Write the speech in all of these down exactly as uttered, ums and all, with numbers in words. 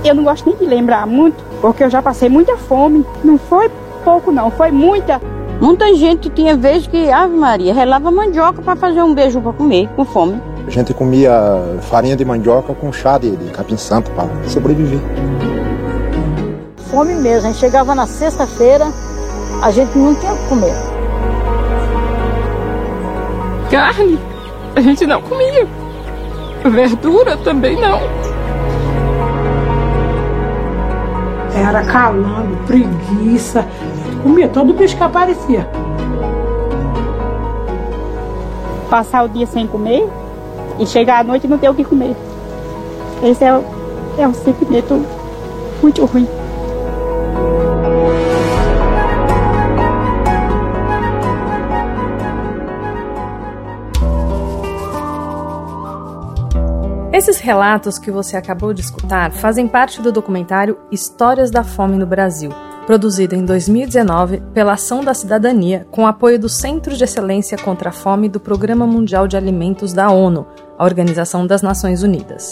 eu não gosto nem de lembrar muito, porque eu já passei muita fome. Não foi pouco não, foi muita. Muita gente tinha vezes que, Ave Maria, relava mandioca para fazer um beijo para comer, com fome. A gente comia farinha de mandioca com chá de, de capim-santo para sobreviver. Fome mesmo, a gente chegava na sexta-feira, a gente não tinha o que comer. Carne, a gente não comia. Verdura também não. Era calango, preguiça, comia todo bicho que aparecia. Passar o dia sem comer e chegar à noite e não ter o que comer. Esse é o, é um sentimento muito ruim. Esses relatos que você acabou de escutar fazem parte do documentário Histórias da Fome no Brasil, produzido em dois mil e dezenove pela Ação da Cidadania, com apoio do Centro de Excelência contra a Fome do Programa Mundial de Alimentos da ONU, a Organização das Nações Unidas.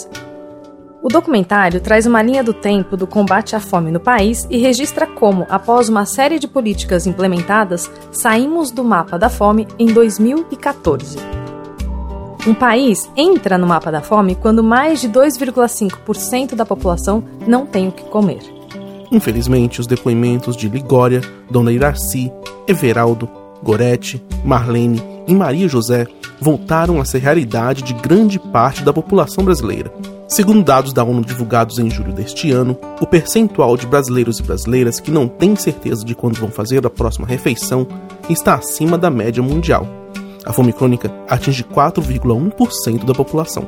O documentário traz uma linha do tempo do combate à fome no país e registra como, após uma série de políticas implementadas, saímos do mapa da fome em dois mil e catorze. Um país entra no mapa da fome quando mais de dois vírgula cinco por cento da população não tem o que comer. Infelizmente, os depoimentos de Ligória, Dona Iraci, Everaldo, Gorete, Marlene e Maria José voltaram a ser realidade de grande parte da população brasileira. Segundo dados da ONU divulgados em julho deste ano, o percentual de brasileiros e brasileiras que não têm certeza de quando vão fazer a próxima refeição está acima da média mundial. A fome crônica atinge quatro vírgula um por cento da população.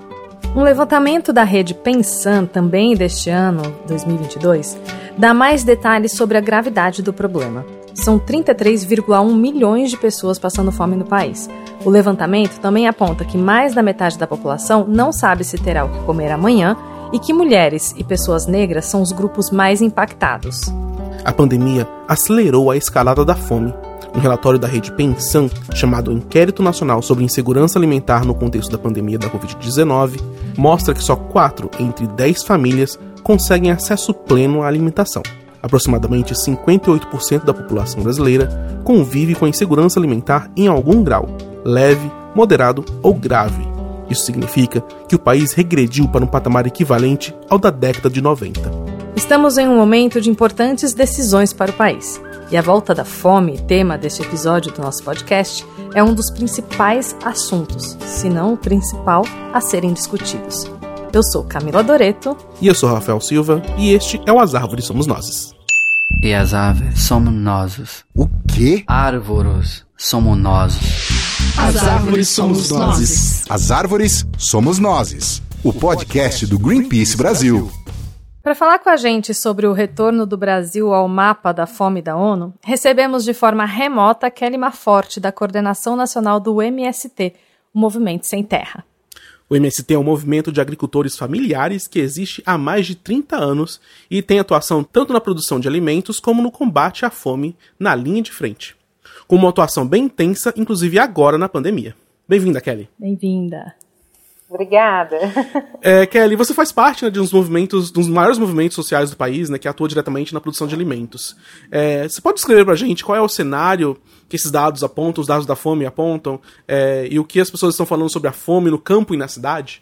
Um levantamento da rede Pensan, também deste ano, dois mil e vinte e dois, dá mais detalhes sobre a gravidade do problema. São trinta e três vírgula um milhões de pessoas passando fome no país. O levantamento também aponta que mais da metade da população não sabe se terá o que comer amanhã e que mulheres e pessoas negras são os grupos mais impactados. A pandemia acelerou a escalada da fome. Um relatório da rede Pensan, chamado Inquérito Nacional sobre Insegurança Alimentar no contexto da pandemia da covid dezenove, mostra que só quatro entre dez famílias conseguem acesso pleno à alimentação. Aproximadamente cinquenta e oito por cento da população brasileira convive com a insegurança alimentar em algum grau, leve, moderado ou grave. Isso significa que o país regrediu para um patamar equivalente ao da década de noventa. Estamos em um momento de importantes decisões para o país. E a volta da fome, tema deste episódio do nosso podcast, é um dos principais assuntos, se não o principal, a serem discutidos. Eu sou Camila Doreto. E eu sou Rafael Silva, e este é o As Árvores Somos Nós. E as árvores somos nós. O quê? Árvores somos nós. As árvores somos nós. As árvores somos nós. O podcast do Greenpeace Brasil. Para falar com a gente sobre o retorno do Brasil ao mapa da fome da ONU, recebemos de forma remota Kelly Maforte, da Coordenação Nacional do M S T, o Movimento Sem Terra. O M S T é um movimento de agricultores familiares que existe há mais de trinta anos e tem atuação tanto na produção de alimentos como no combate à fome na linha de frente. Com uma atuação bem intensa, inclusive agora na pandemia. Bem-vinda, Kelly. Bem-vinda. Obrigada. É, Kelly, você faz parte, né, de uns movimentos, dos maiores movimentos sociais do país, né, que atua diretamente na produção de alimentos. É, você pode descrever pra gente qual é o cenário que esses dados apontam, os dados da fome apontam, é, e o que as pessoas estão falando sobre a fome no campo e na cidade?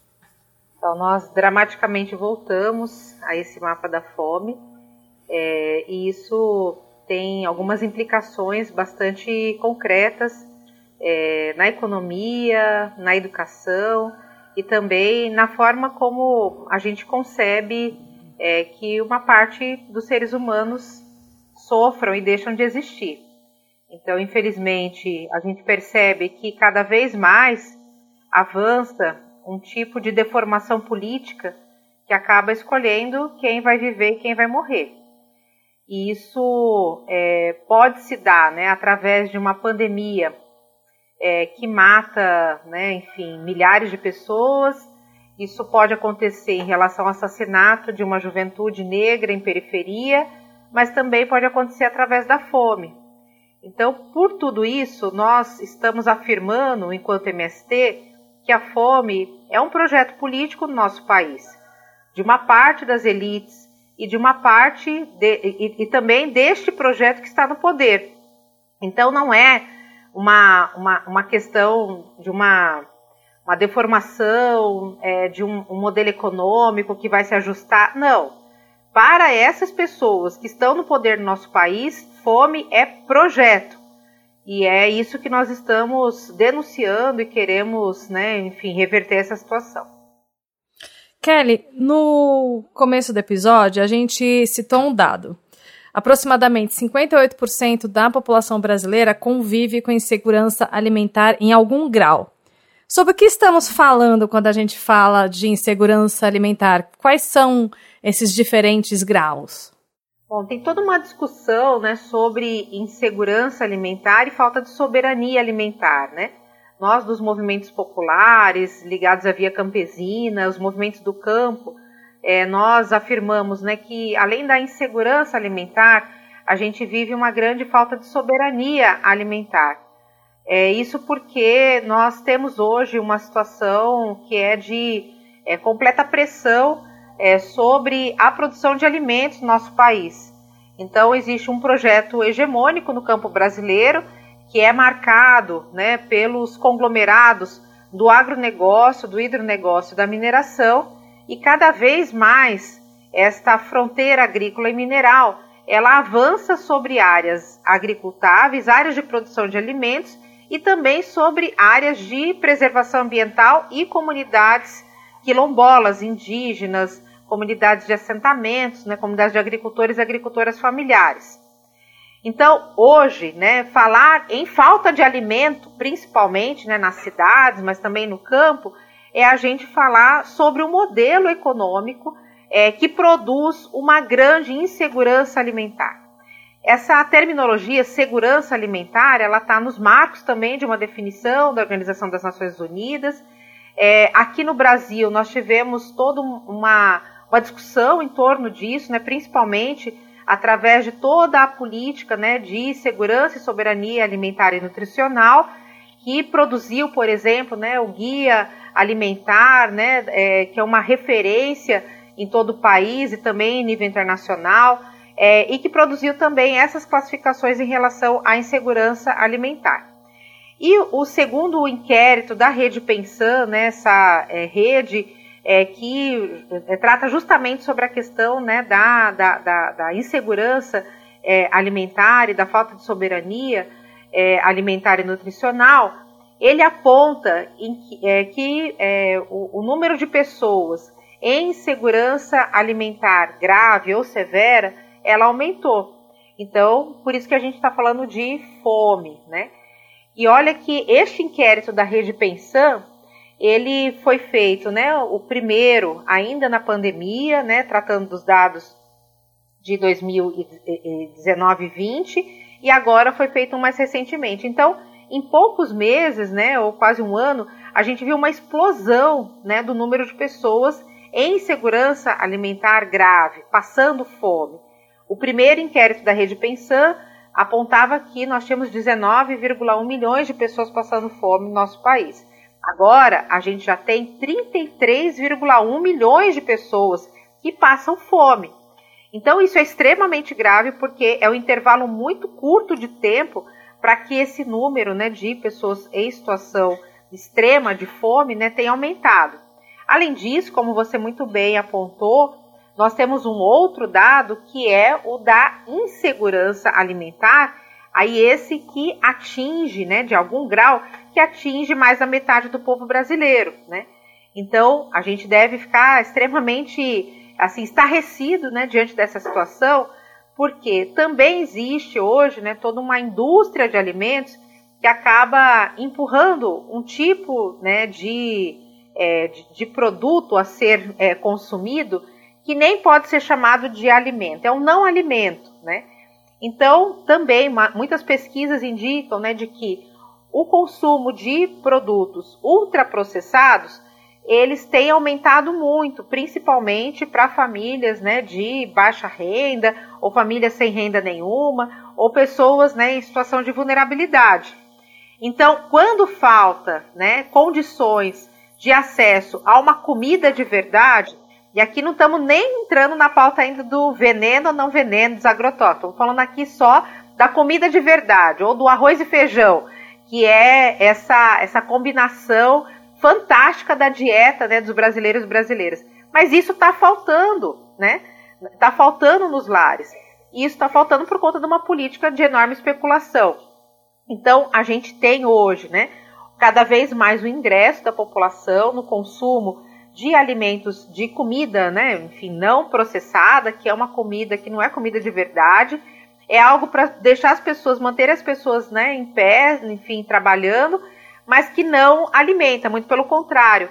Então, nós dramaticamente voltamos a esse mapa da fome, é, e isso tem algumas implicações bastante concretas É, na economia, na educação e também na forma como a gente concebe é, que uma parte dos seres humanos sofram e deixam de existir. Então, infelizmente, a gente percebe que cada vez mais avança um tipo de deformação política que acaba escolhendo quem vai viver e quem vai morrer. E isso é, pode se dar, né, através de uma pandemia É, que mata, né, enfim, milhares de pessoas. Isso pode acontecer em relação ao assassinato de uma juventude negra em periferia, mas também pode acontecer através da fome. Então, por tudo isso, nós estamos afirmando, enquanto M S T, que a fome é um projeto político no nosso país. de uma parte das elites e de uma parte de, e, e também deste projeto que está no poder. Então não é uma, uma, uma questão de uma, uma deformação é, de um, um modelo econômico que vai se ajustar, não. Para essas pessoas que estão no poder do nosso país, fome é projeto. E é isso que nós estamos denunciando e queremos, né, enfim, reverter essa situação. Kelly, no começo do episódio, a gente citou um dado. Aproximadamente cinquenta e oito por cento da população brasileira convive com insegurança alimentar em algum grau. Sobre o que estamos falando quando a gente fala de insegurança alimentar? Quais são esses diferentes graus? Bom, tem toda uma discussão, né, sobre insegurança alimentar e falta de soberania alimentar, né? Nós, dos movimentos populares, ligados à via campesina, os movimentos do campo, é, nós afirmamos, né, que além da insegurança alimentar, a gente vive uma grande falta de soberania alimentar. É, isso porque nós temos hoje uma situação que é de é, completa pressão é, sobre a produção de alimentos no nosso país. Então existe um projeto hegemônico no campo brasileiro que é marcado, né, pelos conglomerados do agronegócio, do hidronegócio e da mineração, e cada vez mais esta fronteira agrícola e mineral ela avança sobre áreas agricultáveis, áreas de produção de alimentos e também sobre áreas de preservação ambiental e comunidades quilombolas, indígenas, comunidades de assentamentos, né, comunidades de agricultores e agricultoras familiares. Então, hoje, né, falar em falta de alimento, principalmente, né, nas cidades, mas também no campo, é a gente falar sobre um modelo econômico é, que produz uma grande insegurança alimentar. Essa terminologia, segurança alimentar, ela está nos marcos também de uma definição da Organização das Nações Unidas. É, aqui no Brasil, nós tivemos toda uma, uma discussão em torno disso, né, principalmente através de toda a política, né, de segurança e soberania alimentar e nutricional, que produziu, por exemplo, né, o Guia Alimentar, né, é, que é uma referência em todo o país e também em nível internacional, é, e que produziu também essas classificações em relação à insegurança alimentar. E o segundo inquérito da Rede Pensan, né, essa é, rede é, que é, trata justamente sobre a questão, né, da, da, da, da insegurança é, alimentar e da falta de soberania é, alimentar e nutricional, ele aponta em que, é, que é, o, o número de pessoas em insegurança alimentar grave ou severa, ela aumentou. Então, por isso que a gente está falando de fome, né? E olha que este inquérito da Rede Pensan, ele foi feito, né, o primeiro ainda na pandemia, né, tratando dos dados de dois mil e dezenove e vinte, e agora foi feito um mais recentemente. Então, em poucos meses, né, ou quase um ano, a gente viu uma explosão, né, do número de pessoas em insegurança alimentar grave, passando fome. O primeiro inquérito da Rede Pensan apontava que nós tínhamos dezenove vírgula um milhões de pessoas passando fome no nosso país. Agora, a gente já tem trinta e três vírgula um milhões de pessoas que passam fome. Então, isso é extremamente grave porque é um intervalo muito curto de tempo para que esse número, né, de pessoas em situação extrema de fome, né, tenha aumentado. Além disso, como você muito bem apontou, nós temos um outro dado que é o da insegurança alimentar, aí esse que atinge, né, de algum grau, que atinge mais da metade do povo brasileiro, né? Então, a gente deve ficar extremamente, assim, estarrecido, né, diante dessa situação, porque também existe hoje, né, toda uma indústria de alimentos que acaba empurrando um tipo, né, de, é, de, de produto a ser é, consumido que nem pode ser chamado de alimento, é um não alimento, né? Então, também, muitas pesquisas indicam, né, de que o consumo de produtos ultraprocessados, eles têm aumentado muito, principalmente para famílias, né, de baixa renda, ou famílias sem renda nenhuma, ou pessoas, né, em situação de vulnerabilidade. Então, quando falta, né, condições de acesso a uma comida de verdade, E aqui não estamos nem entrando na pauta ainda do veneno ou não veneno, dos agrotóxicos. Estamos falando aqui só da comida de verdade, ou do arroz e feijão, que é essa, essa combinação fantástica da dieta, né, dos brasileiros e brasileiras. Mas isso está faltando, né? Está faltando nos lares. E isso está faltando por conta de uma política de enorme especulação. Então, a gente tem hoje, né, cada vez mais o ingresso da população no consumo de alimentos, de comida, né, enfim, não processada, que é uma comida que não é comida de verdade, é algo para deixar as pessoas, manter as pessoas, né, em pé, enfim, trabalhando, mas que não alimenta, muito pelo contrário.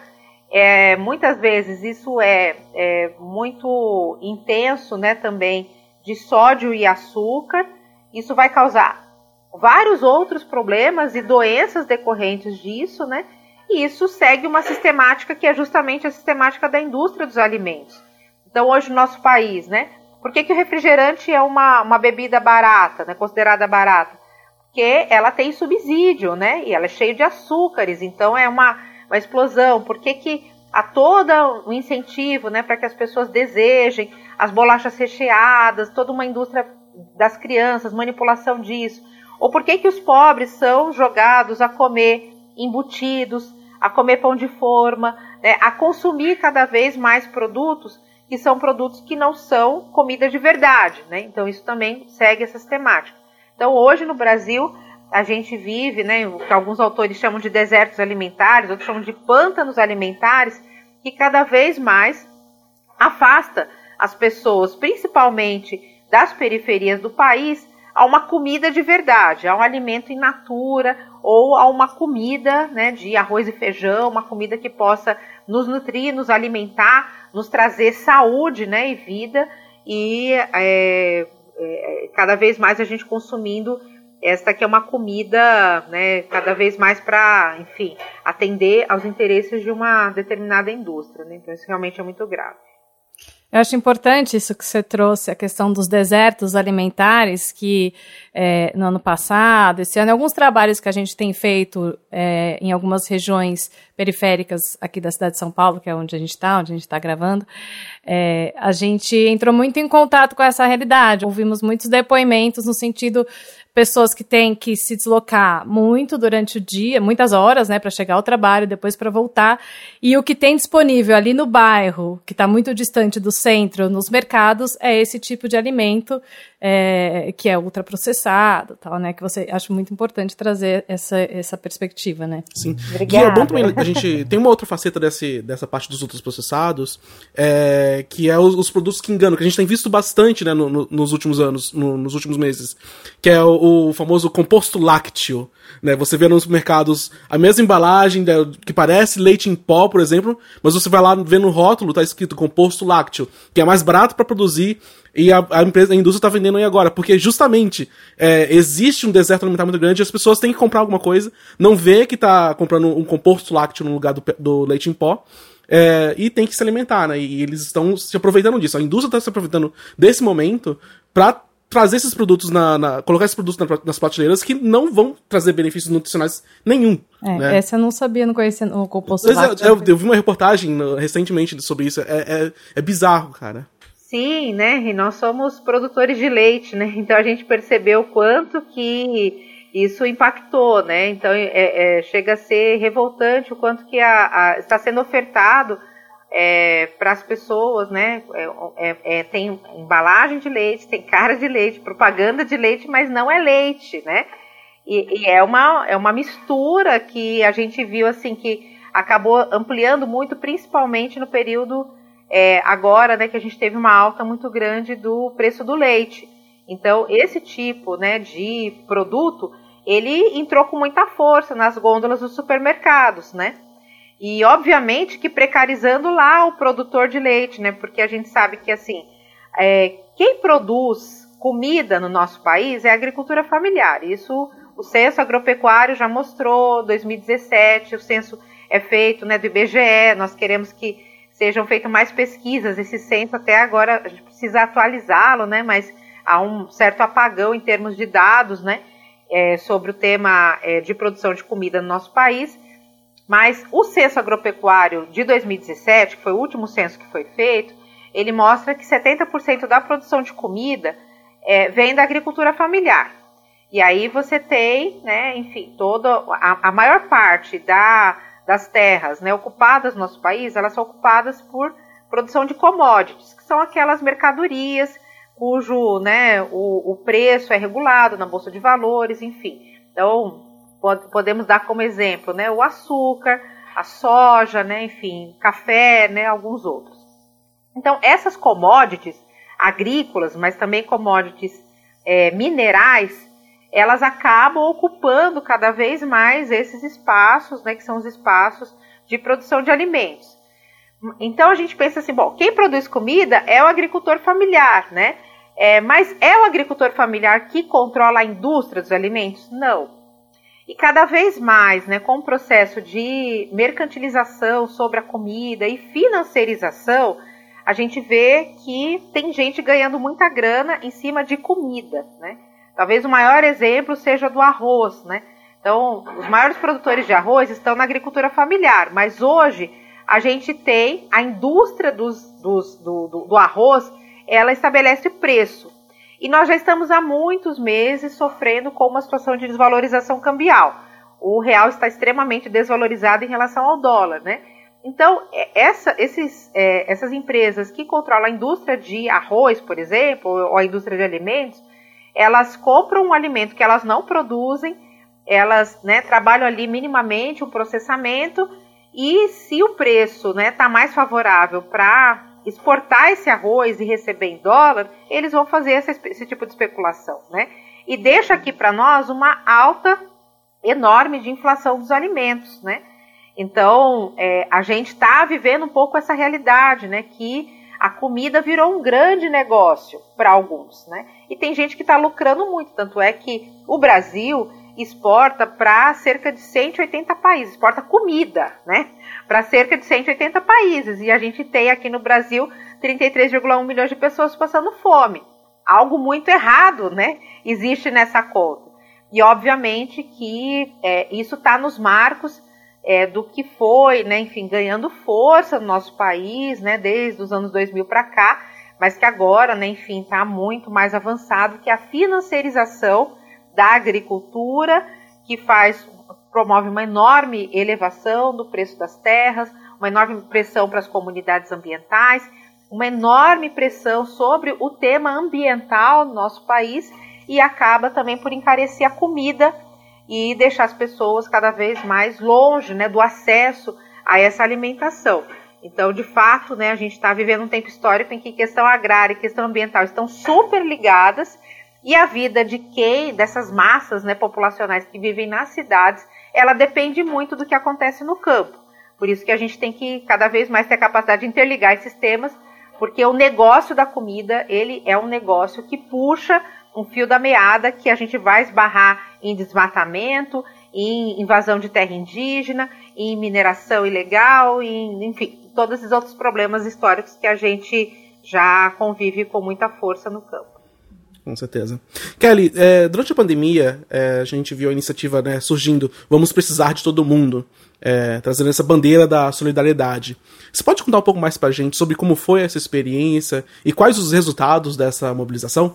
É, muitas vezes isso é, é muito intenso, né, também, de sódio e açúcar. Isso vai causar vários outros problemas e doenças decorrentes disso, né? E isso segue uma sistemática que é justamente a sistemática da indústria dos alimentos. Então, hoje no nosso país, né? Por que que o refrigerante é uma, uma bebida barata, né? Considerada barata? Porque ela tem subsídio, né? E ela é cheia de açúcares, então é uma, uma explosão. Por que que há todo um incentivo, né, para que as pessoas desejem as bolachas recheadas, toda uma indústria das crianças, manipulação disso? Ou por que que os pobres são jogados a comer embutidos, a comer pão de forma, né, a consumir cada vez mais produtos que são produtos que não são comida de verdade, né? Então isso também segue essa sistemática. Então hoje no Brasil a gente vive, né, o que alguns autores chamam de desertos alimentares, outros chamam de pântanos alimentares, que cada vez mais afasta as pessoas, principalmente das periferias do país, a uma comida de verdade, a um alimento in natura, ou a uma comida, né, de arroz e feijão, uma comida que possa nos nutrir, nos alimentar, nos trazer saúde, né, e vida, e é, é, cada vez mais a gente consumindo esta que é uma comida, né, cada vez mais para, enfim, atender aos interesses de uma determinada indústria, né? Então isso realmente é muito grave. Eu acho importante isso que você trouxe, a questão dos desertos alimentares, que é, no ano passado, esse ano, alguns trabalhos que a gente tem feito é, em algumas regiões periféricas aqui da cidade de São Paulo, que é onde a gente está, onde a gente está gravando, é, a gente entrou muito em contato com essa realidade. Ouvimos muitos depoimentos no sentido pessoas que têm que se deslocar muito durante o dia, muitas horas, né, para chegar ao trabalho, depois para voltar, e o que tem disponível ali no bairro, que está muito distante do centro, nos mercados, é esse tipo de alimento, é, que é ultraprocessado, tal, né, que você acha muito importante trazer essa, essa perspectiva, né? Sim. Obrigada. E é bom também, a gente tem uma outra faceta desse, dessa parte dos ultraprocessados, é, que é os, os produtos que enganam, que a gente tem visto bastante, né, no, no, nos últimos anos, no, nos últimos meses, que é o o famoso composto lácteo, né? Você vê nos mercados a mesma embalagem né, que parece leite em pó, por exemplo, mas você vai lá ver no rótulo, tá escrito composto lácteo, que é mais barato para produzir e a, a empresa, a indústria tá vendendo aí agora, porque justamente é, existe um deserto alimentar muito grande e as pessoas têm que comprar alguma coisa, não vê que tá comprando um composto lácteo no lugar do, do leite em pó, é, e tem que se alimentar, né? E eles estão se aproveitando disso. A indústria está se aproveitando desse momento para trazer esses produtos, na, na colocar esses produtos na, nas prateleiras que não vão trazer benefícios nutricionais nenhum. É, né? Essa eu não sabia, não conhecia o composto Pois lácteo. É, eu, eu vi uma reportagem no, recentemente sobre isso, é, é, é bizarro, cara. Sim, né, e nós somos produtores de leite, né, então a gente percebeu o quanto que isso impactou, né, então é, é, chega a ser revoltante o quanto que a, a, está sendo ofertado É, para as pessoas, né, é, é, tem embalagem de leite, tem cara de leite, propaganda de leite, mas não é leite, né, e, e é, uma, é uma mistura que a gente viu, assim, que acabou ampliando muito, principalmente no período é, agora, né, que a gente teve uma alta muito grande do preço do leite. Então, esse tipo, né, de produto, ele entrou com muita força nas gôndolas dos supermercados, né, e, obviamente, que precarizando lá o produtor de leite, né? Porque a gente sabe que, assim, é, quem produz comida no nosso país é a agricultura familiar. Isso o Censo Agropecuário já mostrou, dois mil e dezessete, o censo é feito, né, do I B G E, nós queremos que sejam feitas mais pesquisas. Esse censo até agora, a gente precisa atualizá-lo, né? Mas há um certo apagão em termos de dados, né? É, sobre o tema é, de produção de comida no nosso país. Mas o censo agropecuário de dois mil e dezessete, que foi o último censo que foi feito, ele mostra que setenta por cento da produção de comida é, vem da agricultura familiar. E aí você tem, né, enfim, toda a, a maior parte da, das terras, né, ocupadas no nosso país, elas são ocupadas por produção de commodities, que são aquelas mercadorias cujo, né, o, o preço é regulado na Bolsa de Valores, enfim. Então, pod- podemos dar como exemplo, né, o açúcar, a soja, né, enfim, café, né, alguns outros. Então, essas commodities agrícolas, mas também commodities é, minerais, elas acabam ocupando cada vez mais esses espaços, né, que são os espaços de produção de alimentos. Então a gente pensa assim, bom, quem produz comida é o agricultor familiar, né? É, mas é o agricultor familiar que controla a indústria dos alimentos? Não. E cada vez mais, né, com o processo de mercantilização sobre a comida e financiarização, a gente vê que tem gente ganhando muita grana em cima de comida, né? Talvez o maior exemplo seja do arroz, né? Então, os maiores produtores de arroz estão na agricultura familiar, mas hoje a gente tem a indústria dos, dos, do, do, do arroz, ela estabelece preço. E nós já estamos há muitos meses sofrendo com uma situação de desvalorização cambial. O real está extremamente desvalorizado em relação ao dólar, né? Então, essa, esses, é, essas empresas que controlam a indústria de arroz, por exemplo, ou a indústria de alimentos, elas compram um alimento que elas não produzem, elas, né, trabalham ali minimamente o processamento, e se o preço está, né, mais favorável para exportar esse arroz e receber em dólar, eles vão fazer esse, esse tipo de especulação, né? E deixa aqui para nós uma alta enorme de inflação dos alimentos, né? Então, é, a gente está vivendo um pouco essa realidade, né? Que a comida virou um grande negócio para alguns, né? E tem gente que está lucrando muito, tanto é que o Brasil exporta para cerca de cento e oitenta países, exporta comida, né? Para cerca de cento e oitenta países, e a gente tem aqui no Brasil trinta e três vírgula um milhões de pessoas passando fome. Algo muito errado, né? Existe nessa conta. E obviamente que é, isso está nos marcos é, do que foi, né, enfim, ganhando força no nosso país, né, desde os anos dois mil para cá, mas que agora, né, enfim, está muito mais avançado, que a financiarização da agricultura, que faz, promove uma enorme elevação do preço das terras, uma enorme pressão para as comunidades ambientais, uma enorme pressão sobre o tema ambiental no nosso país, e acaba também por encarecer a comida e deixar as pessoas cada vez mais longe, né, do acesso a essa alimentação. Então, de fato, né, a gente está vivendo um tempo histórico em que questão agrária e questão ambiental estão super ligadas, e a vida de quem, dessas massas, né, populacionais que vivem nas cidades, ela depende muito do que acontece no campo. Por isso que a gente tem que cada vez mais ter a capacidade de interligar esses temas, porque o negócio da comida, ele é um negócio que puxa um fio da meada, que a gente vai esbarrar em desmatamento, em invasão de terra indígena, em mineração ilegal, em, enfim, todos esses outros problemas históricos que a gente já convive com muita força no campo. Com certeza. Kelly, é, durante a pandemia, é, a gente viu a iniciativa, né, surgindo, vamos precisar de todo mundo, é, trazendo essa bandeira da solidariedade. Você pode contar um pouco mais pra gente sobre como foi essa experiência e quais os resultados dessa mobilização?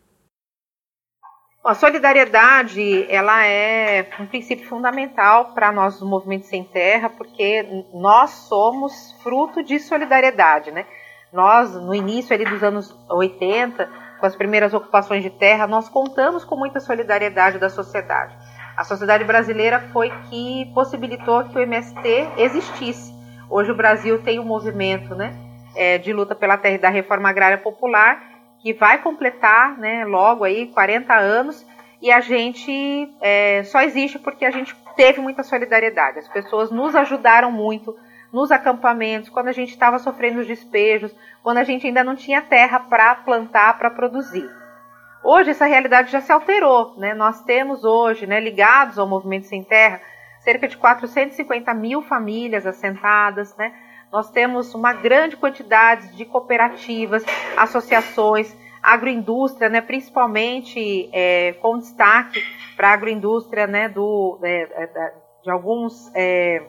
A solidariedade, ela é um princípio fundamental para nós do Movimento Sem Terra, porque nós somos fruto de solidariedade, né? Nós, no início ali dos anos oitenta, com as primeiras ocupações de terra, nós contamos com muita solidariedade da sociedade. A sociedade brasileira foi que possibilitou que o M S T existisse. Hoje o Brasil tem um movimento, né, é, de luta pela terra e da reforma agrária popular, que vai completar, né, logo aí quarenta anos, e a gente é, só existe porque a gente teve muita solidariedade. As pessoas nos ajudaram muito nos acampamentos, quando a gente estava sofrendo os despejos, quando a gente ainda não tinha terra para plantar, para produzir. Hoje essa realidade já se alterou, né? Nós temos hoje, né, ligados ao Movimento Sem Terra, cerca de quatrocentas e cinquenta mil famílias assentadas, né? Nós temos uma grande quantidade de cooperativas, associações, agroindústria, né, principalmente é, com destaque para a agroindústria, né, do, é, de alguns... É,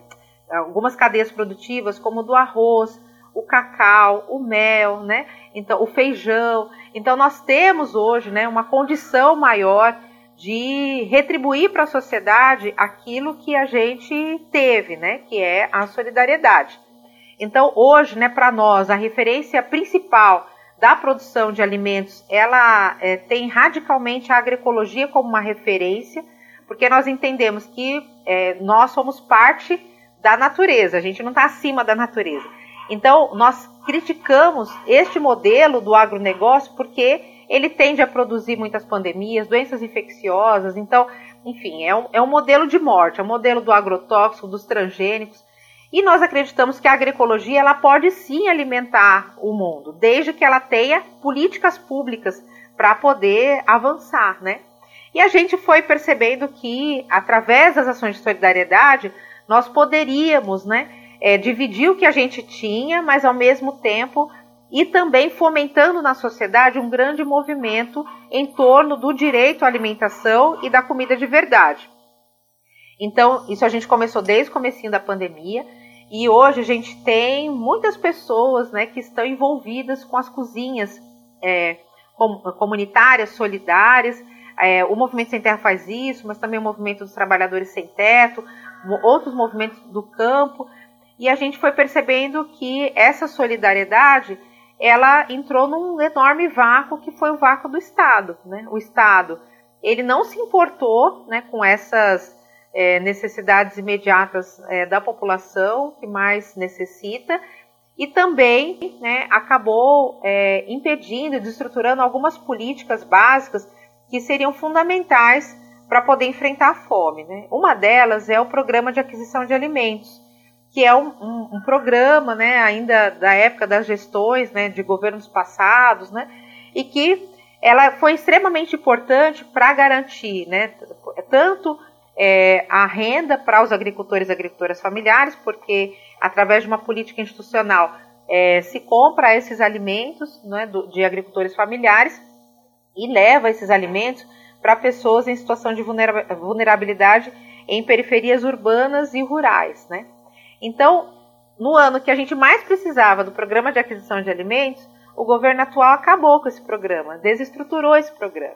algumas cadeias produtivas, como do arroz, o cacau, o mel, né? Então, o feijão. Então, nós temos hoje, né, uma condição maior de retribuir para a sociedade aquilo que a gente teve, né, que é a solidariedade. Então, hoje, né, para nós, a referência principal da produção de alimentos, ela é, tem radicalmente a agroecologia como uma referência, porque nós entendemos que é, nós somos parte da natureza, a gente não está acima da natureza. Então, nós criticamos este modelo do agronegócio porque ele tende a produzir muitas pandemias, doenças infecciosas. Então, enfim, é um, é um modelo de morte, é um modelo do agrotóxico, dos transgênicos. E nós acreditamos que a agroecologia ela pode sim alimentar o mundo, desde que ela tenha políticas públicas para poder avançar, né? E a gente foi percebendo que, através das ações de solidariedade, nós poderíamos, né, é, dividir o que a gente tinha, mas ao mesmo tempo e também fomentando na sociedade um grande movimento em torno do direito à alimentação e da comida de verdade. Então, isso a gente começou desde o comecinho da pandemia, e hoje a gente tem muitas pessoas, né, que estão envolvidas com as cozinhas é, comunitárias, solidárias. É, o Movimento Sem Terra faz isso, mas também o Movimento dos Trabalhadores Sem Teto, outros movimentos do campo, e a gente foi percebendo que essa solidariedade ela entrou num enorme vácuo que foi o vácuo do Estado, né? O Estado, ele não se importou, né, com essas é, necessidades imediatas é, da população que mais necessita, e também, né, acabou é, impedindo e desestruturando algumas políticas básicas que seriam fundamentais para poder enfrentar a fome, né? Uma delas é o Programa de Aquisição de Alimentos, que é um, um, um programa, né, ainda da época das gestões, né, de governos passados, né, e que ela foi extremamente importante para garantir, né, tanto é, a renda para os agricultores e agricultoras familiares, porque através de uma política institucional é, se compra esses alimentos, né, do, de agricultores familiares e leva esses alimentos para pessoas em situação de vulnerabilidade em periferias urbanas e rurais, né. Então, no ano que a gente mais precisava do Programa de Aquisição de Alimentos, o governo atual acabou com esse programa, desestruturou esse programa.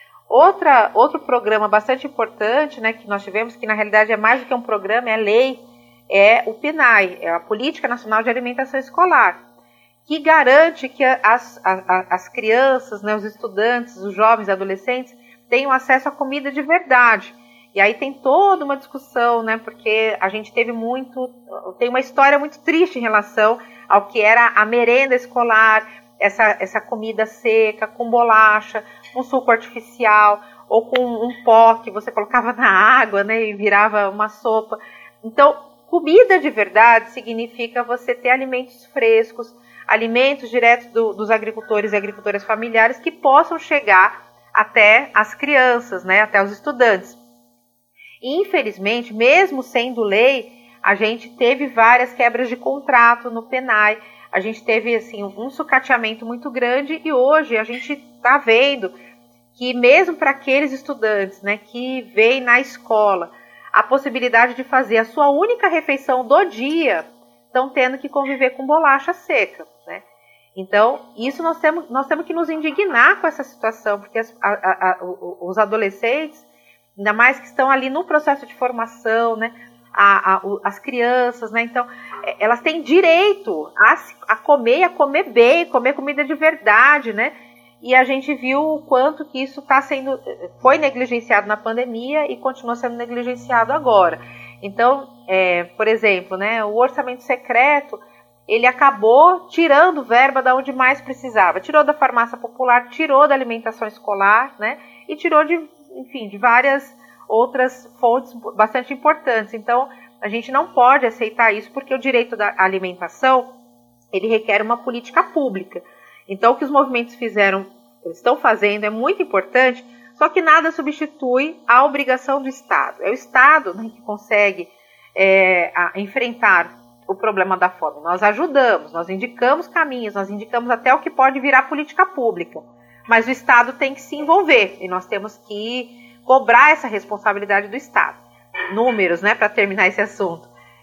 Outra, outro programa bastante importante, né, que nós tivemos, que na realidade é mais do que um programa, é lei, é o PNAE, é a Política Nacional de Alimentação Escolar, que garante que as, as, as crianças, né, os estudantes, os jovens, adolescentes, tenham acesso à comida de verdade. E aí tem toda uma discussão, né, porque a gente teve muito, tem uma história muito triste em relação ao que era a merenda escolar, essa, essa comida seca, com bolacha, com suco artificial, ou com um pó que você colocava na água, né, e virava uma sopa. Então, comida de verdade significa você ter alimentos frescos, alimentos diretos do, dos agricultores e agricultoras familiares que possam chegar até as crianças, né, até os estudantes. E, infelizmente, mesmo sendo lei, a gente teve várias quebras de contrato no PNAE, a gente teve assim, um sucateamento muito grande, e hoje a gente está vendo que mesmo para aqueles estudantes, né, que veem na escola a possibilidade de fazer a sua única refeição do dia, estão tendo que conviver com bolacha seca, né? Então, isso nós temos, nós temos que nos indignar com essa situação, porque as, a, a, a, os adolescentes, ainda mais que estão ali no processo de formação, né, a, a, as crianças, né, então, elas têm direito a, a comer, a comer bem, comer comida de verdade, né, e a gente viu o quanto que isso tá sendo, foi negligenciado na pandemia e continua sendo negligenciado agora. Então, é, por exemplo, né, o orçamento secreto, ele acabou tirando verba da onde mais precisava, tirou da farmácia popular, tirou da alimentação escolar, né, e tirou de, enfim, de várias outras fontes bastante importantes. Então, a gente não pode aceitar isso, porque o direito da alimentação, ele requer uma política pública. Então, o que os movimentos fizeram, estão fazendo, é muito importante, só que nada substitui a obrigação do Estado. É o Estado, né, que consegue é, a, enfrentar o problema da fome. Nós ajudamos, nós indicamos caminhos, nós indicamos até o que pode virar política pública, mas o Estado tem que se envolver, e nós temos que cobrar essa responsabilidade do Estado. Números, né, para terminar esse assunto.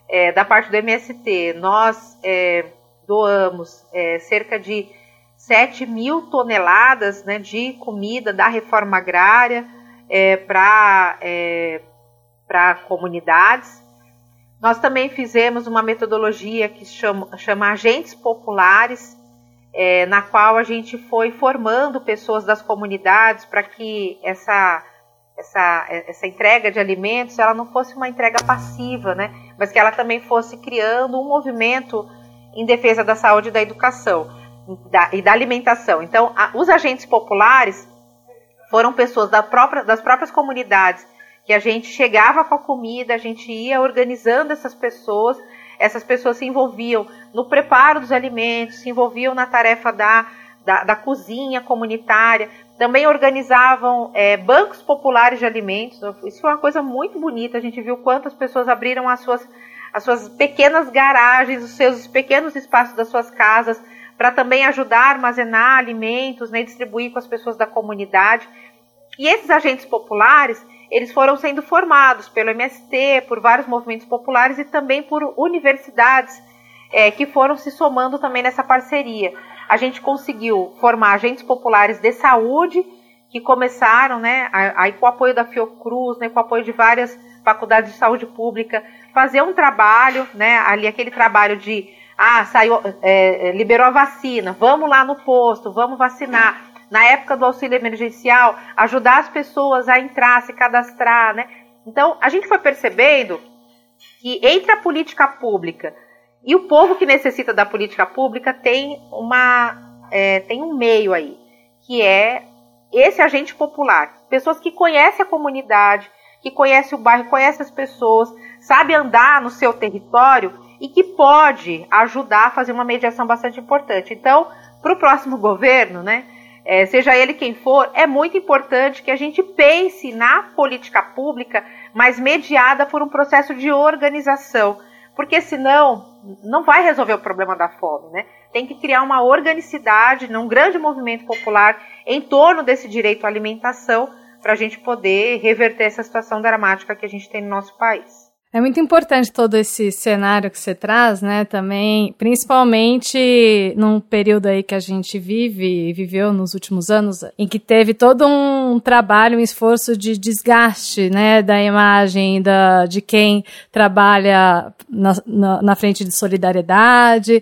é, da parte do M S T, nós é, doamos é, cerca de sete mil toneladas, né, de comida da reforma agrária é, para é, para comunidades. Nós também fizemos uma metodologia que chama, chama Agentes Populares, é, na qual a gente foi formando pessoas das comunidades para que essa, essa, essa entrega de alimentos ela não fosse uma entrega passiva, né, mas que ela também fosse criando um movimento em defesa da saúde e da educação da, e da alimentação. Então, a, os agentes populares foram pessoas da própria, das próprias comunidades que a gente chegava com a comida, a gente ia organizando essas pessoas, essas pessoas se envolviam no preparo dos alimentos, se envolviam na tarefa da, da, da cozinha comunitária, também organizavam é, bancos populares de alimentos. Isso foi uma coisa muito bonita, a gente viu quantas pessoas abriram as suas, as suas pequenas garagens, os seus pequenos espaços das suas casas, para também ajudar a armazenar alimentos, né, e distribuir com as pessoas da comunidade. E esses agentes populares, eles foram sendo formados pelo M S T, por vários movimentos populares e também por universidades é, que foram se somando também nessa parceria. A gente conseguiu formar agentes populares de saúde, que começaram, né, aí com o apoio da Fiocruz, né, com o apoio de várias faculdades de saúde pública, fazer um trabalho, né, ali aquele trabalho de, ah, saiu, é, liberou a vacina, vamos lá no posto, vamos vacinar. Na época do auxílio emergencial, ajudar as pessoas a entrar, se cadastrar, né? Então, a gente foi percebendo que entre a política pública e o povo que necessita da política pública tem, uma, é, tem um meio aí, que é esse agente popular. Pessoas que conhecem a comunidade, que conhecem o bairro, conhecem as pessoas, sabe andar no seu território e que pode ajudar a fazer uma mediação bastante importante. Então, para o próximo governo, né? É, seja ele quem for, é muito importante que a gente pense na política pública, mas mediada por um processo de organização, porque senão não vai resolver o problema da fome, né? Tem que criar uma organicidade, um grande movimento popular em torno desse direito à alimentação para a gente poder reverter essa situação dramática que a gente tem no nosso país. É muito importante todo esse cenário que você traz, né, também, principalmente num período aí que a gente vive e viveu nos últimos anos, em que teve todo um trabalho, um esforço de desgaste, né, da imagem da, de quem trabalha na, na, na frente de solidariedade,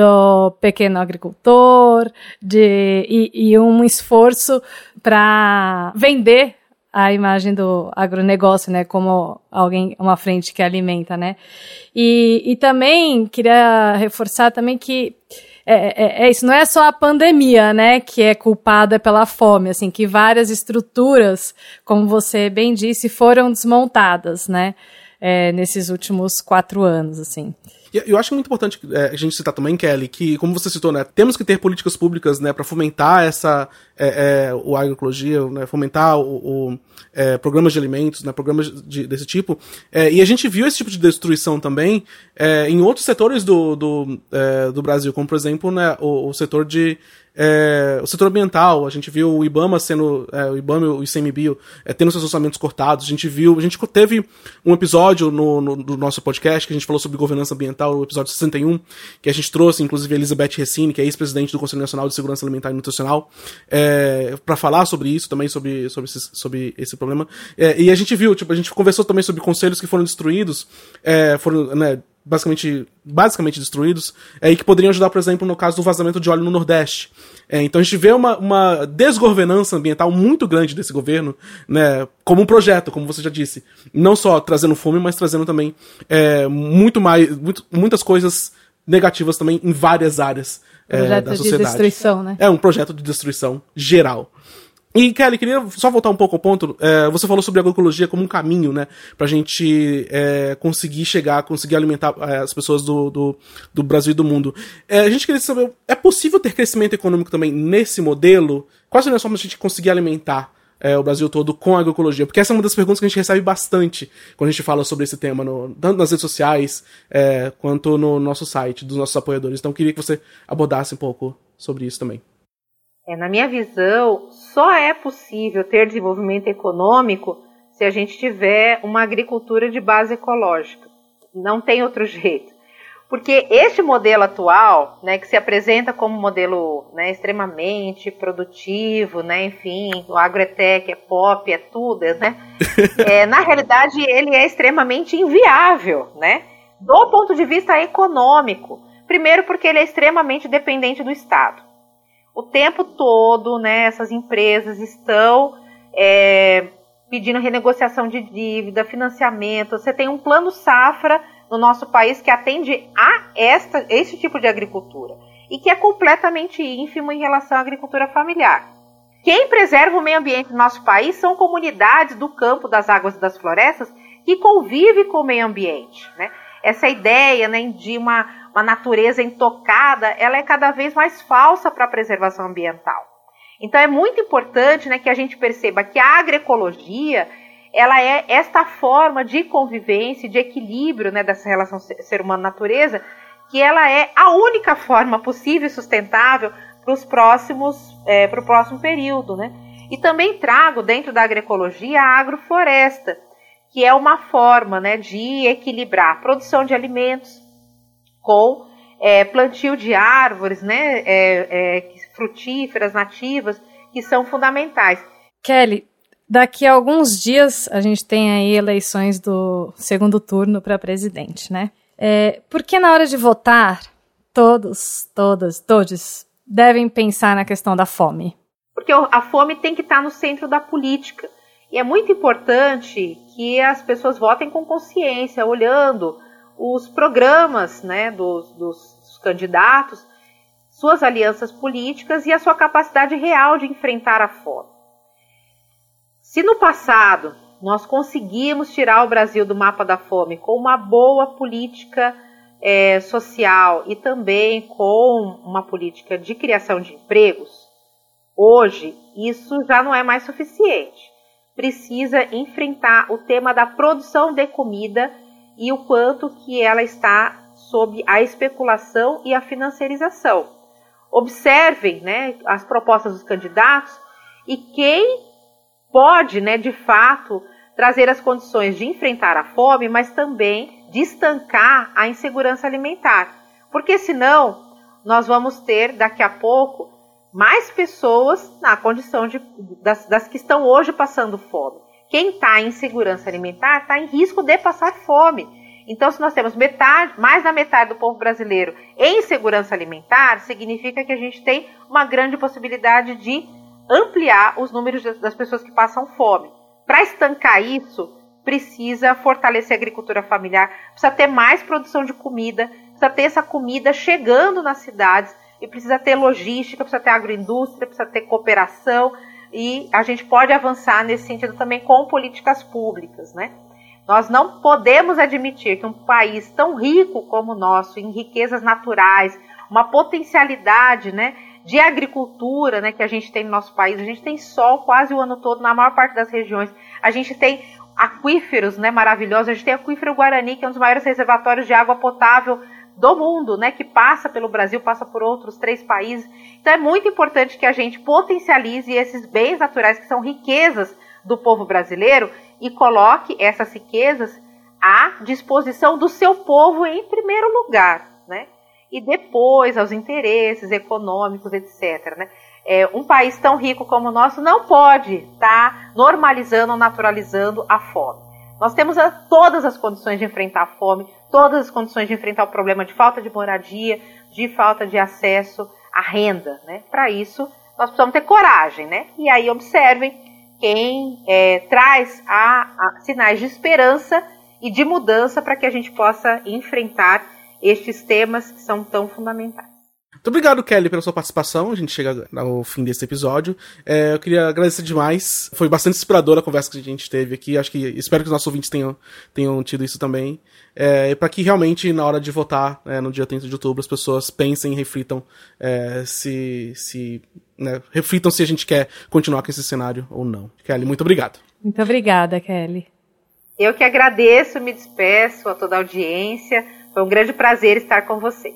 do pequeno agricultor, de, e, e um esforço para vender a imagem do agronegócio, né, como alguém, uma frente que alimenta, né, e, e também queria reforçar também que é, é, é isso, não é só a pandemia, né, que é culpada pela fome, assim, que várias estruturas, como você bem disse, foram desmontadas, né, é, nesses últimos quatro anos, assim. Eu acho muito importante é, a gente citar também, Kelly, que, como você citou, né, temos que ter políticas públicas, né, para fomentar essa, é, é, o agroecologia, né, fomentar o, o é, programas de alimentos, né, programas de, desse tipo. É, e a gente viu esse tipo de destruição também é, em outros setores do, do, é, do Brasil, como, por exemplo, né, o, o setor de É, o setor ambiental. A gente viu o IBAMA sendo, é, o IBAMA e o ICMBio é, tendo seus orçamentos cortados. A gente viu, a gente teve um episódio no, no, no nosso podcast que a gente falou sobre governança ambiental, o episódio sessenta e um, que a gente trouxe, inclusive, a Elizabeth Recine, que é ex-presidente do Conselho Nacional de Segurança Alimentar e Nutricional, é, para falar sobre isso também, sobre, sobre, esse, sobre esse problema. É, e a gente viu, tipo, a gente conversou também sobre conselhos que foram destruídos, é, foram, né, basicamente, basicamente destruídos, é, e que poderiam ajudar, por exemplo, no caso do vazamento de óleo no Nordeste. É, então a gente vê uma, uma desgovernança ambiental muito grande desse governo, né, como um projeto, como você já disse. Não só trazendo fome, mas trazendo também é, muito mais, muito, muitas coisas negativas também em várias áreas é, da sociedade. Projeto de destruição, né? É um projeto de destruição geral. E, Kelly, queria só voltar um pouco ao ponto, é, você falou sobre a agroecologia como um caminho, né, pra gente é, conseguir chegar, conseguir alimentar é, as pessoas do, do, do Brasil e do mundo. É, a gente queria saber, é possível ter crescimento econômico também nesse modelo? Quais são as formas de a gente conseguir alimentar é, o Brasil todo com a agroecologia? Porque essa é uma das perguntas que a gente recebe bastante quando a gente fala sobre esse tema, no, tanto nas redes sociais é, quanto no nosso site, dos nossos apoiadores. Então, eu queria que você abordasse um pouco sobre isso também. É, na minha visão, só é possível ter desenvolvimento econômico se a gente tiver uma agricultura de base ecológica. não tem outro jeito. Porque este modelo atual, né, que se apresenta como modelo, né, extremamente produtivo, né, enfim, o agro é tech, é pop, é tudo, né, é, na realidade ele é extremamente inviável, né, do ponto de vista econômico. Primeiro porque ele é extremamente dependente do Estado. O tempo todo, né, essas empresas estão é, pedindo renegociação de dívida, financiamento. Você tem um plano safra no nosso país que atende a esta, este tipo de agricultura e que é completamente ínfimo em relação à agricultura familiar. Quem preserva o meio ambiente no nosso país são comunidades do campo, das águas e das florestas que convivem com o meio ambiente, né? Essa ideia, né, de uma, uma natureza intocada, ela é cada vez mais falsa para a preservação ambiental. Então é muito importante, né, que a gente perceba que a agroecologia ela é esta forma de convivência, de equilíbrio, né, dessa relação ser humano-natureza, que ela é a única forma possível e sustentável para os próximos, é, para o próximo período, né? E também trago dentro da agroecologia a agrofloresta, que é uma forma, né, de equilibrar a produção de alimentos com é, plantio de árvores, né, é, é, frutíferas, nativas, que são fundamentais. Kelly, daqui a alguns dias a gente tem aí eleições do segundo turno para presidente, né? É, por que na hora de votar, todos, todas, todos devem pensar na questão da fome? Porque a fome tem que estar no centro da política. E é muito importante que as pessoas votem com consciência, olhando os programas, né, dos, dos, dos candidatos, suas alianças políticas e a sua capacidade real de enfrentar a fome. Se no passado nós conseguimos tirar o Brasil do mapa da fome com uma boa política é, social e também com uma política de criação de empregos, hoje isso já não é mais suficiente. Precisa enfrentar o tema da produção de comida e o quanto que ela está sob a especulação e a financiarização. Observem, né, as propostas dos candidatos e quem pode, né, de fato, trazer as condições de enfrentar a fome, mas também de estancar a insegurança alimentar. Porque senão nós vamos ter daqui a pouco mais pessoas na condição de, das, das que estão hoje passando fome. Quem está em insegurança alimentar está em risco de passar fome. Então, se nós temos metade, mais da metade do povo brasileiro em insegurança alimentar, significa que a gente tem uma grande possibilidade de ampliar os números das pessoas que passam fome. Para estancar isso, precisa fortalecer a agricultura familiar, precisa ter mais produção de comida, precisa ter essa comida chegando nas cidades, e precisa ter logística, precisa ter agroindústria, precisa ter cooperação, e a gente pode avançar nesse sentido também com políticas públicas, né? Nós não podemos admitir que um país tão rico como o nosso, em riquezas naturais, uma potencialidade, né, de agricultura, né, que a gente tem no nosso país, a gente tem sol quase o ano todo na maior parte das regiões, a gente tem aquíferos, né, maravilhosos, a gente tem aquífero Guarani, que é um dos maiores reservatórios de água potável do mundo, né, que passa pelo Brasil, passa por outros três países. Então é muito importante que a gente potencialize esses bens naturais que são riquezas do povo brasileiro e coloque essas riquezas à disposição do seu povo em primeiro lugar, né? E depois aos interesses econômicos, etcétera, né? É, um país tão rico como o nosso não pode estar tá normalizando ou naturalizando a fome. Nós temos a, todas as condições de enfrentar a fome, todas as condições de enfrentar o problema de falta de moradia, de falta de acesso à renda, né? Para isso, nós precisamos ter coragem, né? E aí observem quem é, traz a, a sinais de esperança e de mudança para que a gente possa enfrentar estes temas que são tão fundamentais. Muito obrigado, Kelly, pela sua participação. A gente chega ao fim desse episódio. É, eu queria agradecer demais. Foi bastante inspiradora a conversa que a gente teve aqui. Acho que espero que os nossos ouvintes tenham, tenham tido isso também. É, para que realmente, na hora de votar, é, no dia trinta de outubro, as pessoas pensem e reflitam é, se, se né, reflitam se a gente quer continuar com esse cenário ou não. Kelly, muito obrigado. Muito obrigada, Kelly. Eu que agradeço, me despeço a toda a audiência. Foi um grande prazer estar com vocês.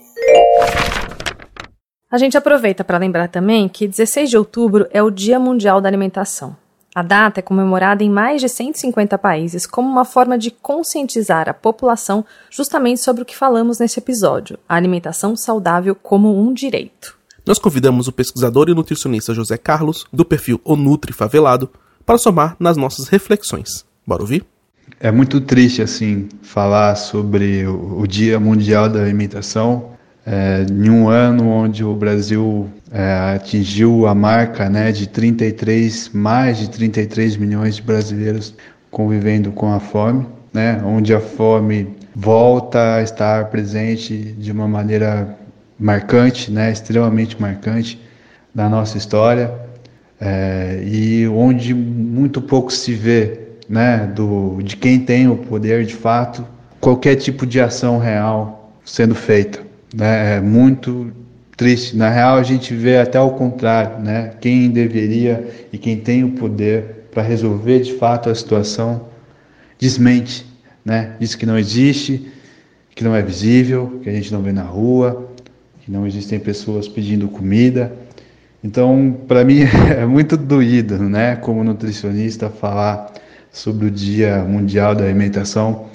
A gente aproveita para lembrar também que dezesseis de outubro é o Dia Mundial da Alimentação. A data é comemorada em mais de cento e cinquenta países como uma forma de conscientizar a população justamente sobre o que falamos nesse episódio, a alimentação saudável como um direito. Nós convidamos o pesquisador e nutricionista José Carlos, do perfil O Nutri Favelado, para somar nas nossas reflexões. Bora ouvir? É muito triste, assim, falar sobre o, o Dia Mundial da Alimentação, é, em um ano onde o Brasil é, atingiu a marca, né, de trinta e três, mais de trinta e três milhões de brasileiros convivendo com a fome, né, onde a fome volta a estar presente de uma maneira marcante, né, extremamente marcante na nossa história, é, e onde muito pouco se vê, né, do, de quem tem o poder de fato, qualquer tipo de ação real sendo feita, né, é muito triste. Na real a gente vê até o contrário, né, quem deveria e quem tem o poder para resolver de fato a situação desmente, né, diz que não existe, que não é visível, que a gente não vê na rua, que não existem pessoas pedindo comida. Então, para mim é muito doído, né, como nutricionista, falar sobre o Dia Mundial da Alimentação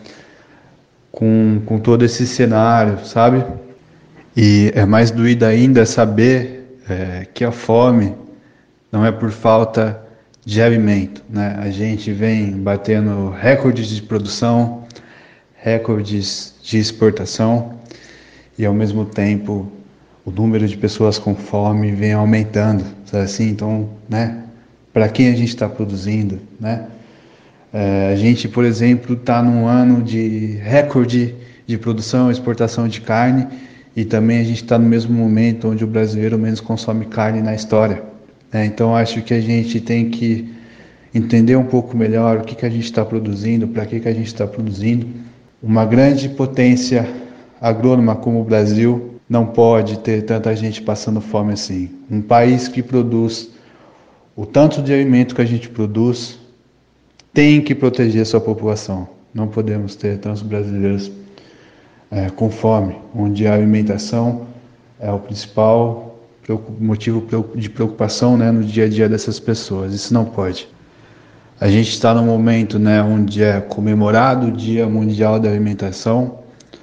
com, com todo esse cenário, sabe? E é mais doído ainda saber é, que a fome não é por falta de alimento, né? A gente vem batendo recordes de produção, recordes de exportação, e ao mesmo tempo o número de pessoas com fome vem aumentando, sabe assim? Então, né, para quem a gente está produzindo, né? É, a gente, por exemplo, está num ano de recorde de produção e exportação de carne, e também a gente está no mesmo momento onde o brasileiro menos consome carne na história, né? Então, acho que a gente tem que entender um pouco melhor o que, que a gente está produzindo, para que, que a gente está produzindo. Uma grande potência agrônoma como o Brasil não pode ter tanta gente passando fome assim. Um país que produz o tanto de alimento que a gente produz tem que proteger a sua população. Não podemos ter tantos brasileiros é, com fome, onde a alimentação é o principal motivo de preocupação, né, no dia a dia dessas pessoas. Isso não pode. A gente está num momento, né, onde é comemorado o Dia Mundial da Alimentação,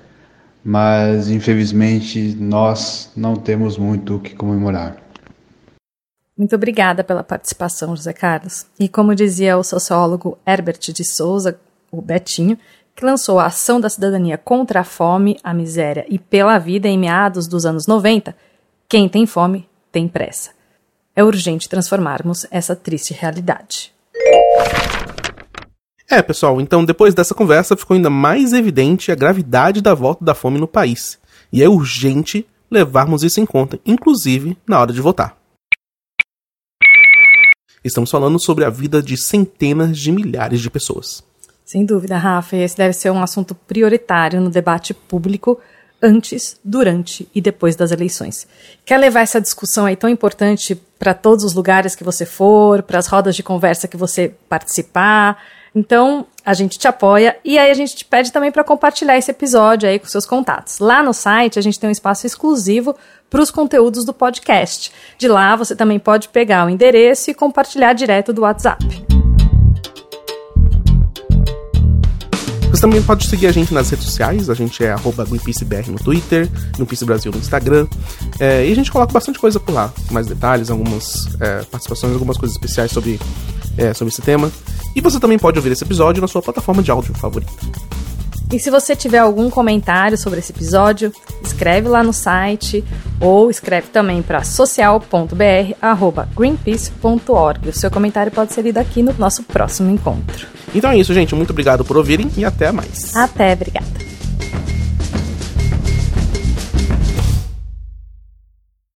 mas infelizmente nós não temos muito o que comemorar. Muito obrigada pela participação, José Carlos. E como dizia o sociólogo Herbert de Souza, o Betinho, que lançou a Ação da Cidadania contra a Fome, a Miséria e pela Vida em meados dos anos noventa, quem tem fome tem pressa. É urgente transformarmos essa triste realidade. É, pessoal, então depois dessa conversa ficou ainda mais evidente a gravidade da volta da fome no país. E é urgente levarmos isso em conta, inclusive na hora de votar. Estamos falando sobre a vida de centenas de milhares de pessoas. Sem dúvida, Rafa, esse deve ser um assunto prioritário no debate público antes, durante e depois das eleições. Quer levar essa discussão aí tão importante para todos os lugares que você for, para as rodas de conversa que você participar? Então, a gente te apoia e aí a gente te pede também para compartilhar esse episódio aí com seus contatos. Lá no site a gente tem um espaço exclusivo para os conteúdos do podcast. De lá você também pode pegar o endereço e compartilhar direto do WhatsApp. Você também pode seguir a gente nas redes sociais, a gente é arroba GreenpeaceBR no Twitter, Greenpeace Brasil no Instagram, é, e a gente coloca bastante coisa por lá, mais detalhes, algumas é, participações, algumas coisas especiais sobre, é, sobre esse tema. E você também pode ouvir esse episódio na sua plataforma de áudio favorita. E se você tiver algum comentário sobre esse episódio, escreve lá no site ou escreve também para social ponto b r arroba greenpeace ponto org. O seu comentário pode ser lido aqui no nosso próximo encontro. Então é isso, gente. Muito obrigado por ouvirem e até mais. Até, obrigada.